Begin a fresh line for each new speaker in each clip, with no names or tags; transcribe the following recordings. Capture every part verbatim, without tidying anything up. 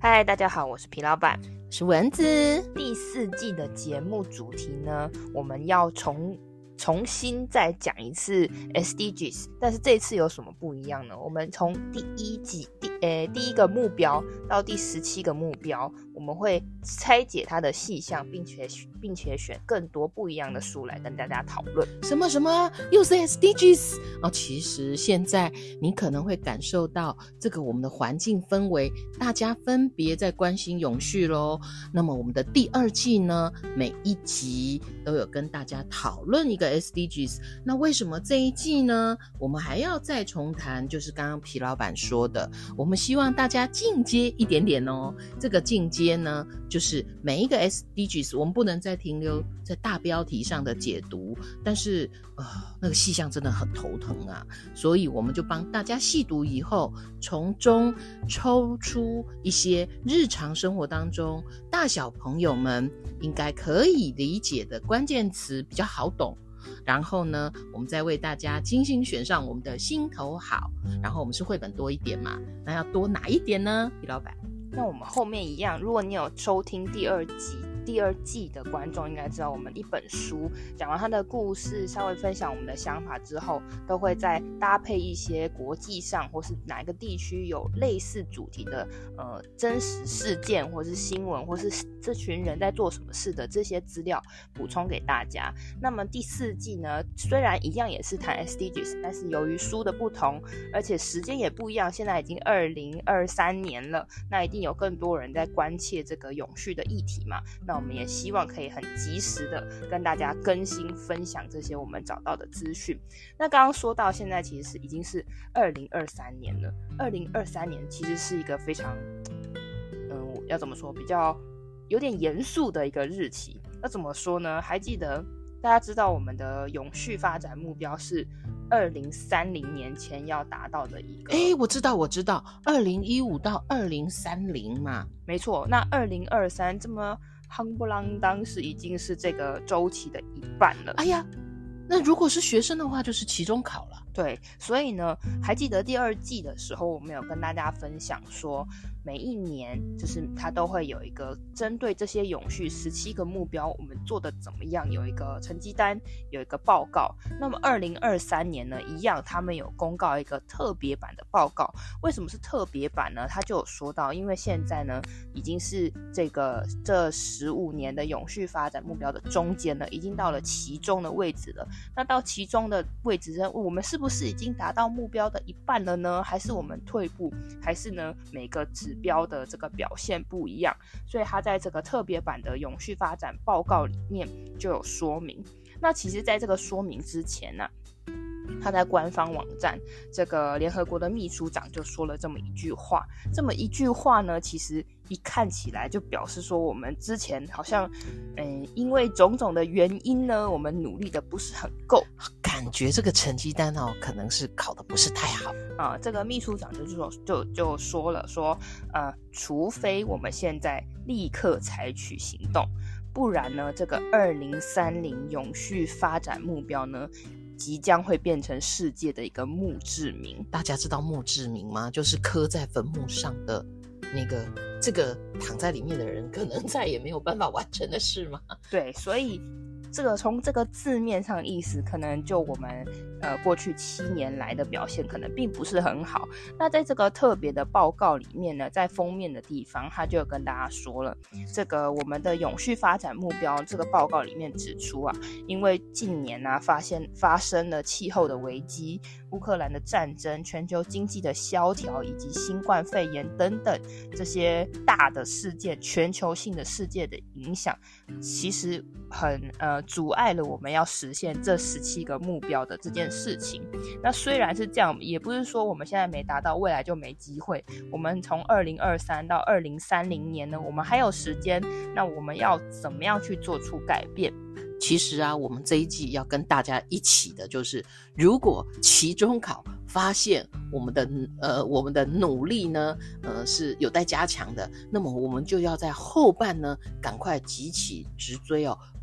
嗨，大家好，我是皮老板，
是蚊子。
第四季的节目主题呢，我们要重重新再讲一次 S D Gs， 但是这次有什么不一样呢？我们从第一季第诶第一个目标到第十七个目标，我们会拆解它的细项，并且并且选更多不一样的书来跟大家讨论。
什么什么又是 S D Gs 哦？其实现在你可能会感受到这个我们的环境氛围，大家分别在关心永续咯。那么我们的第二季呢，每一集都有跟大家讨论一个 S D Gs。 那为什么这一季呢，我们还要再重谈？就是刚刚皮老板说的，我们希望大家进阶一点点哦。这个进阶呢，就是每一个 S D Gs 我们不能再停留在大标题上的解读，但是呃，那个细项真的很头疼啊，所以我们就帮大家细读以后，从中抽出一些日常生活当中大小朋友们应该可以理解的关键词，比较好懂。然后呢，我们再为大家精心选上我们的心头好。然后我们是绘本多一点嘛，那要多哪一点呢？皮老板，
那我们后面一样，如果你有收听第二集第二季的观众应该知道，我们一本书讲完它的故事，稍微分享我们的想法之后，都会再搭配一些国际上或是哪一个地区有类似主题的呃真实事件，或是新闻，或是这群人在做什么事的这些资料补充给大家。那么第四季呢，虽然一样也是谈 S D Gs， 但是由于书的不同，而且时间也不一样，现在已经二零二三年了，那一定有更多人在关切这个永续的议题嘛。那我们也希望可以很及时的跟大家更新分享这些我们找到的资讯。那刚刚说到现在其实是已经是二零二三年了，二零二三年其实是一个非常嗯，要怎么说，比较有点严肃的一个日期。那怎么说呢？还记得大家知道我们的永续发展目标是二零三零年前要达到的一个，
诶，我知道我知道二零一五到二零三零嘛。
没错，那二零二三这么夯不啷当时已经是这个周期的一半了。
哎呀，那如果是学生的话就是期中考了。
对，所以呢，还记得第二季的时候我们有跟大家分享说，每一年就是它都会有一个针对这些永续十七个目标我们做的怎么样，有一个成绩单，有一个报告。那么二零二三年呢，一样他们有公告一个特别版的报告。为什么是特别版呢？他就有说到，因为现在呢已经是这个这十五年的永续发展目标的中间了，已经到了其中的位置了。那到其中的位置呢，我们是不是已经达到目标的一半了呢？还是我们退步？还是呢每个指标的这个表现不一样？所以他在这个特别版的永续发展报告里面就有说明。那其实在这个说明之前呢、啊，他在官方网站这个联合国的秘书长就说了这么一句话。这么一句话呢，其实一看起来就表示说，我们之前好像嗯，因为种种的原因呢，我们努力的不是很够，
感觉这个成绩单哦，可能是考的不是太好
啊、呃。这个秘书长就说就就说了说，呃，除非我们现在立刻采取行动，不然呢，这个二零三零永续发展目标呢，即将会变成世界的一个墓志铭。
大家知道墓志铭吗？就是刻在坟墓上的那个，这个躺在里面的人可能再也没有办法完成的事吗？
对，所以这个从这个字面上的意思，可能就我们呃过去七年来的表现可能并不是很好。那在这个特别的报告里面呢，在封面的地方，他就跟大家说了，这个我们的永续发展目标，这个报告里面指出啊，因为近年啊发现发生了气候的危机、乌克兰的战争、全球经济的萧条以及新冠肺炎等等这些大的事件，全球性的事件的影响，其实很呃阻碍了我们要实现这十七个目标的这件事情。那虽然是这样，也不是说我们现在没达到，未来就没机会。我们从二零二三到二零三零年呢，我们还有时间。那我们要怎么样去做出改变？
其实啊，我们这一季要跟大家一起的就是，如果期中考发现我们的呃我们的努力呢，呃是有待加强的，那么我们就要在后半呢赶快急起直追哦，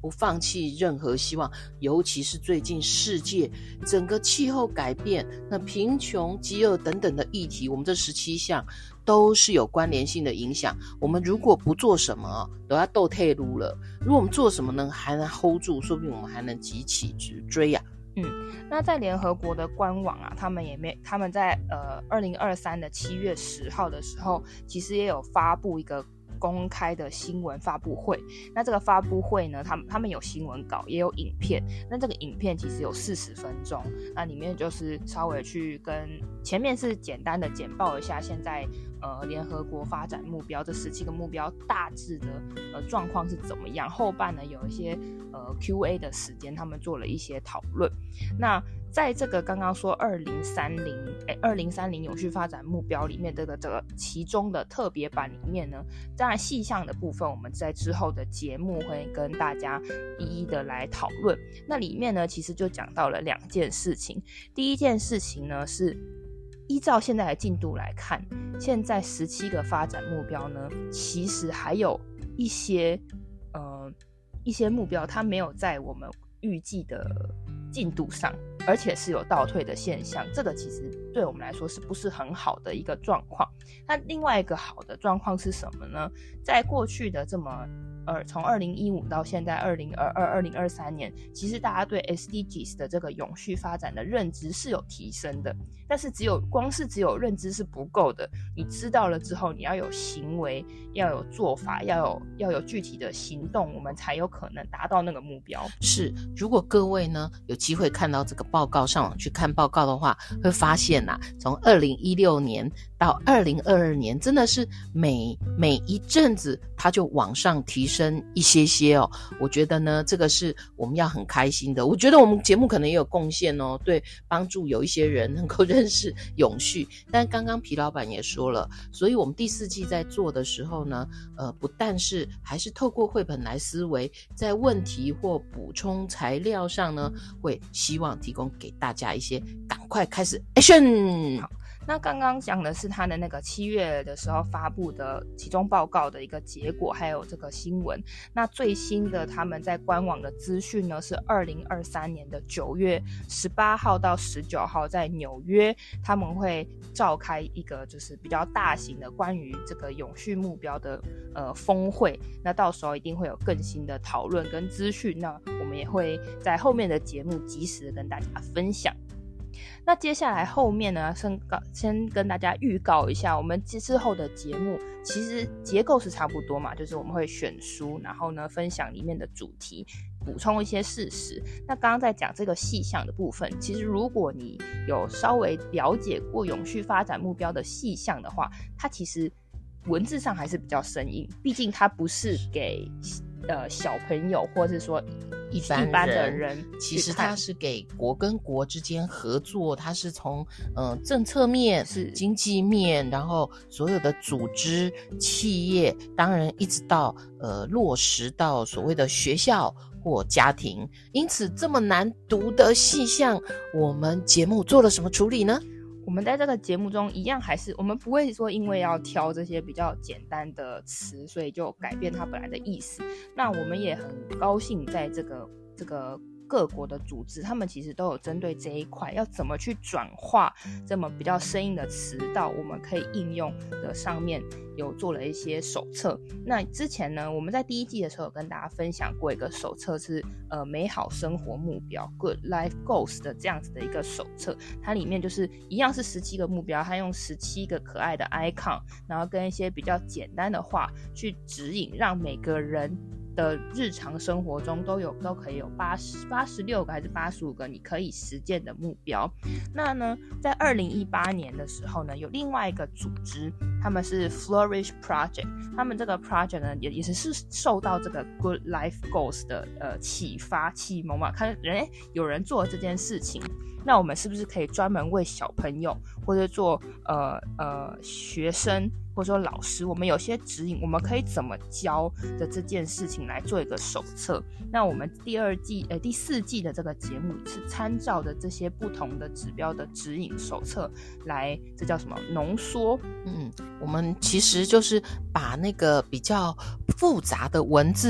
不放弃任何希望，尤其是最近世界整个气候改变，那贫穷、饥饿等等的议题，我们这十七项都是有关联性的影响。我们如果不做什么，都要斗退路了。如果我们做什么呢，还能 hold 住，说不定我们还能急起直追啊。
嗯，那在联合国的官网啊，他们也没，他们在呃二零二三的七月十号的时候，其实也有发布一个公开的新闻发布会。那这个发布会呢，他们他们有新闻稿，也有影片。那这个影片其实有四十分钟，那里面就是稍微去跟前面是简单的简报一下现在呃联合国发展目标这十七个目标大致的呃状况是怎么样。后半呢有一些呃 Q A 的时间，他们做了一些讨论。那在这个刚刚说二零三零哎二零三零永续发展目标里面，这个这个其中的特别版里面呢，当然细项的部分我们在之后的节目会跟大家一一的来讨论。那里面呢其实就讲到了两件事情。第一件事情呢是依照现在的进度来看，现在十七个发展目标呢，其实还有一些呃一些目标它没有在我们预计的进度上，而且是有倒退的现象。这个其实对我们来说是不是很好的一个状况。那另外一个好的状况是什么呢？在过去的这么呃，从二零一五到现在二零二二、二零二三年，其实大家对 S D Gs 的这个永续发展的认知是有提升的，但是只有光是只有认知是不够的，你知道了之后，你要有行为，要有做法，要有要有具体的行动，我们才有可能达到那个目标。
是，如果各位呢有机会看到这个报告，上网去看报告的话，会发现啊，从二零一六年到二零二二年，真的是每每一阵子它就往上提升一些些哦。我觉得呢，这个是我们要很开心的。我觉得我们节目可能也有贡献哦，对，帮助有一些人能够认识永续。但刚刚皮老板也说了，所以我们第四季在做的时候呢，呃，不但是还是透过绘本来思维，在问题或补充材料上呢，会希望提供给大家一些赶快开始 action。
好，那刚刚讲的是他的那个七月的时候发布的其中报告的一个结果，还有这个新闻。那最新的他们在官网的资讯呢，是二零二三年的九月十八号到十九号在纽约，他们会召开一个就是比较大型的关于这个永续目标的呃峰会。那到时候一定会有更新的讨论跟资讯，那我们也会在后面的节目及时的跟大家分享。那接下来后面呢，先先跟大家预告一下，我们之后的节目其实结构是差不多嘛，就是我们会选书，然后呢分享里面的主题，补充一些事实。那刚刚在讲这个细项的部分，其实如果你有稍微了解过永续发展目标的细项的话，它其实文字上还是比较生硬，毕竟它不是给呃小朋友或是说一般, 一般的人，
其实它是给国跟国之间合作，它是从呃政策面、是经济面，然后所有的组织、企业，当然一直到呃落实到所谓的学校或家庭。因此这么难读的细项，我们节目做了什么处理呢？
我们在这个节目中一样还是我们不会说因为要挑这些比较简单的词，所以就改变它本来的意思。那我们也很高兴在这个这个各国的组织，他们其实都有针对这一块要怎么去转化这么比较生硬的词到我们可以应用的上面，有做了一些手册。那之前呢，我们在第一季的时候有跟大家分享过一个手册，是呃美好生活目标 Good Life Goals 的这样子的一个手册。它里面就是一样是十七个目标，它用十七个可爱的 icon， 然后跟一些比较简单的话去指引，让每个人的日常生活中都有都可以有八十八十六个还是八十五个你可以实践的目标。那呢，在二零一八年的时候呢，有另外一个组织，他们是 Flourish Project， 他们这个 project 呢也也是受到这个 Good Life Goals 的呃启发启蒙嘛，看人有人做这件事情，那我们是不是可以专门为小朋友或者做呃呃学生或者说老师，我们有些指引，我们可以怎么教的这件事情来做一个手册。那我们第二季呃第四季的这个节目是参照的这些不同的指标的指引手册来，这叫什么浓缩？嗯，
我们其实就是把那个比较复杂的文字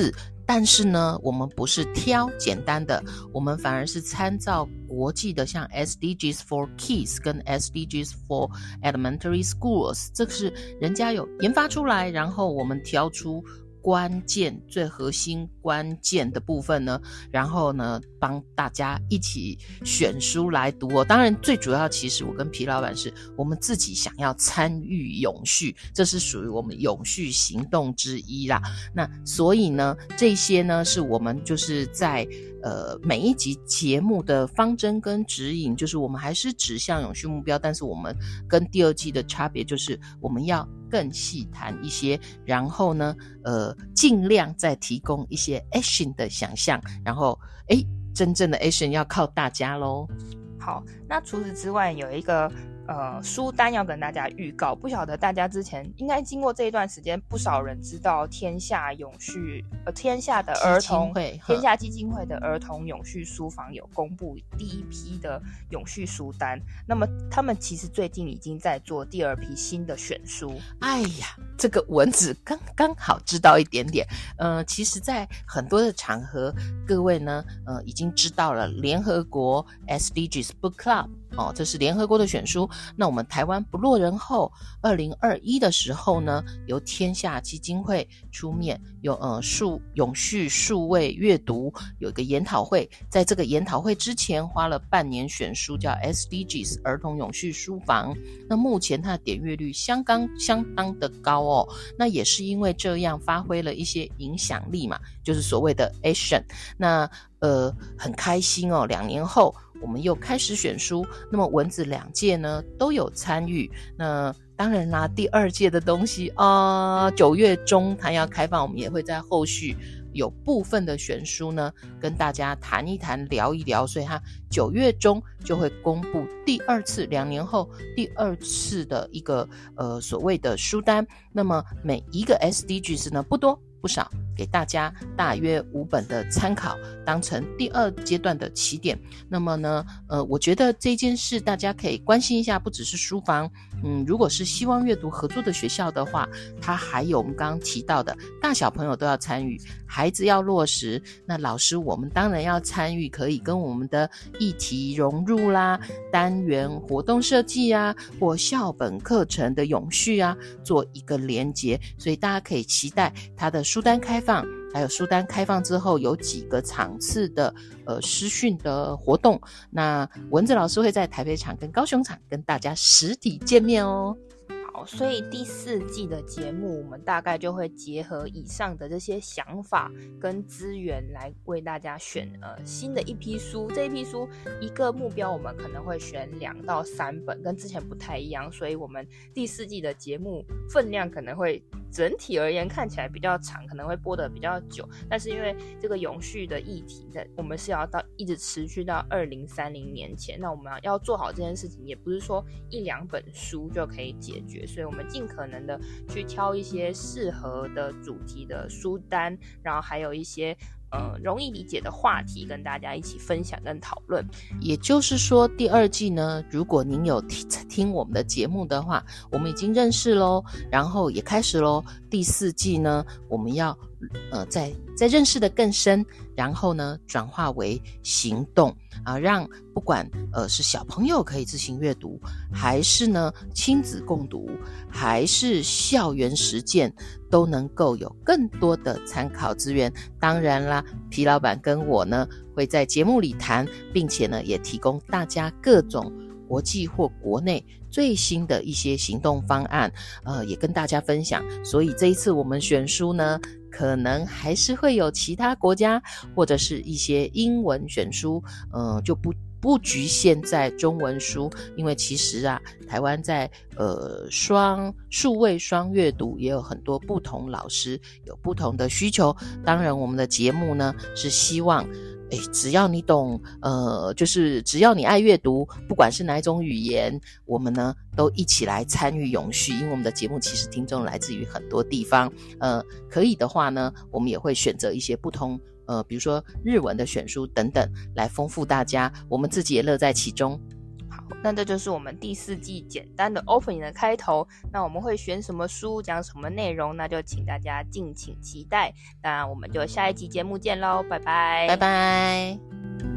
但是呢，我们不是挑简单的，我们反而是参照国际的，像 S D Gs for Kids 跟 S D Gs for Elementary Schools， 这个是人家有研发出来，然后我们挑出关键最核心关键的部分呢，然后呢帮大家一起选书来读哦。当然最主要其实我跟皮老板是我们自己想要参与永续，这是属于我们永续行动之一啦。那所以呢这些呢是我们就是在呃每一集节目的方针跟指引，就是我们还是指向永续目标，但是我们跟第二季的差别就是我们要更细谈一些，然后呢呃尽量再提供一些 action 的想象，然后诶真正的 action 要靠大家咯。
好，那除此之外有一个呃书单要跟大家预告，不晓得大家之前应该经过这一段时间，不少人知道天下永续呃天下的儿童天下基金会的儿童永续书房有公布第一批的永续书单，那么他们其实最近已经在做第二批新的选书。
哎呀，这个文字刚刚好知道一点点。呃，其实在很多的场合，各位呢呃已经知道了联合国 S D Gs Book Club哦，这是联合国的选书。那我们台湾不落人后，二零二一的时候呢，由天下基金会出面，有呃数永续数位阅读有一个研讨会，在这个研讨会之前花了半年选书，叫 S D Gs 儿童永续书房。那目前它的点阅率相当相当的高哦，那也是因为这样发挥了一些影响力嘛，就是所谓的 action。那呃很开心哦，两年后我们又开始选书，那么文子两届呢都有参与。那当然啦，第二届的东西啊，九、呃、月中它要开放，我们也会在后续有部分的选书呢跟大家谈一谈聊一聊，所以它九月中就会公布第二次，两年后第二次的一个呃所谓的书单。那么每一个 S D Gs 呢不多不少，给大家大约五本的参考，当成第二阶段的起点。那么呢呃，我觉得这件事大家可以关心一下，不只是书房，嗯，如果是希望阅读合作的学校的话，它还有我们刚刚提到的大小朋友都要参与，孩子要落实，那老师我们当然要参与，可以跟我们的议题融入啦，单元活动设计啊，或校本课程的永续啊，做一个连结。所以大家可以期待它的书单开放，还有书单开放之后有几个场次的呃师训的活动，那文子老师会在台北场跟高雄场跟大家实体见面哦。
好，所以第四季的节目我们大概就会结合以上的这些想法跟资源来为大家选呃新的一批书。这一批书一个目标我们可能会选两到三本，跟之前不太一样，所以我们第四季的节目分量可能会整体而言看起来比较长，可能会播得比较久，但是因为这个永续的议题我们是要到一直持续到二零三零年前，那我们要做好这件事情也不是说一两本书就可以解决，所以我们尽可能的去挑一些适合的主题的书单，然后还有一些呃，容易理解的话题跟大家一起分享跟讨论。
也就是说第二季呢，如果您有听我们的节目的话，我们已经认识咯，然后也开始咯。第四季呢，我们要呃再再认识的更深，然后呢转化为行动啊，让不管呃是小朋友可以自行阅读，还是呢亲子共读，还是校园实践，都能够有更多的参考资源。当然啦，皮老板跟我呢会在节目里谈，并且呢也提供大家各种国际或国内最新的一些行动方案，呃，也跟大家分享。所以这一次我们选书呢，可能还是会有其他国家或者是一些英文选书，呃，就不不局限在中文书，因为其实啊，台湾在呃双数位双阅读也有很多不同老师有不同的需求。当然，我们的节目呢是希望。诶，只要你懂，呃，就是只要你爱阅读，不管是哪一种语言，我们呢都一起来参与永续。因为我们的节目其实听众来自于很多地方，呃，可以的话呢，我们也会选择一些不同，呃，比如说日文的选书等等，来丰富大家，我们自己也乐在其中。
好， 那这就是我们第四季简单的 opening 的开头。那我们会选什么书，讲什么内容，那就请大家敬请期待。那我们就下一集节目见咯，拜拜，
拜拜。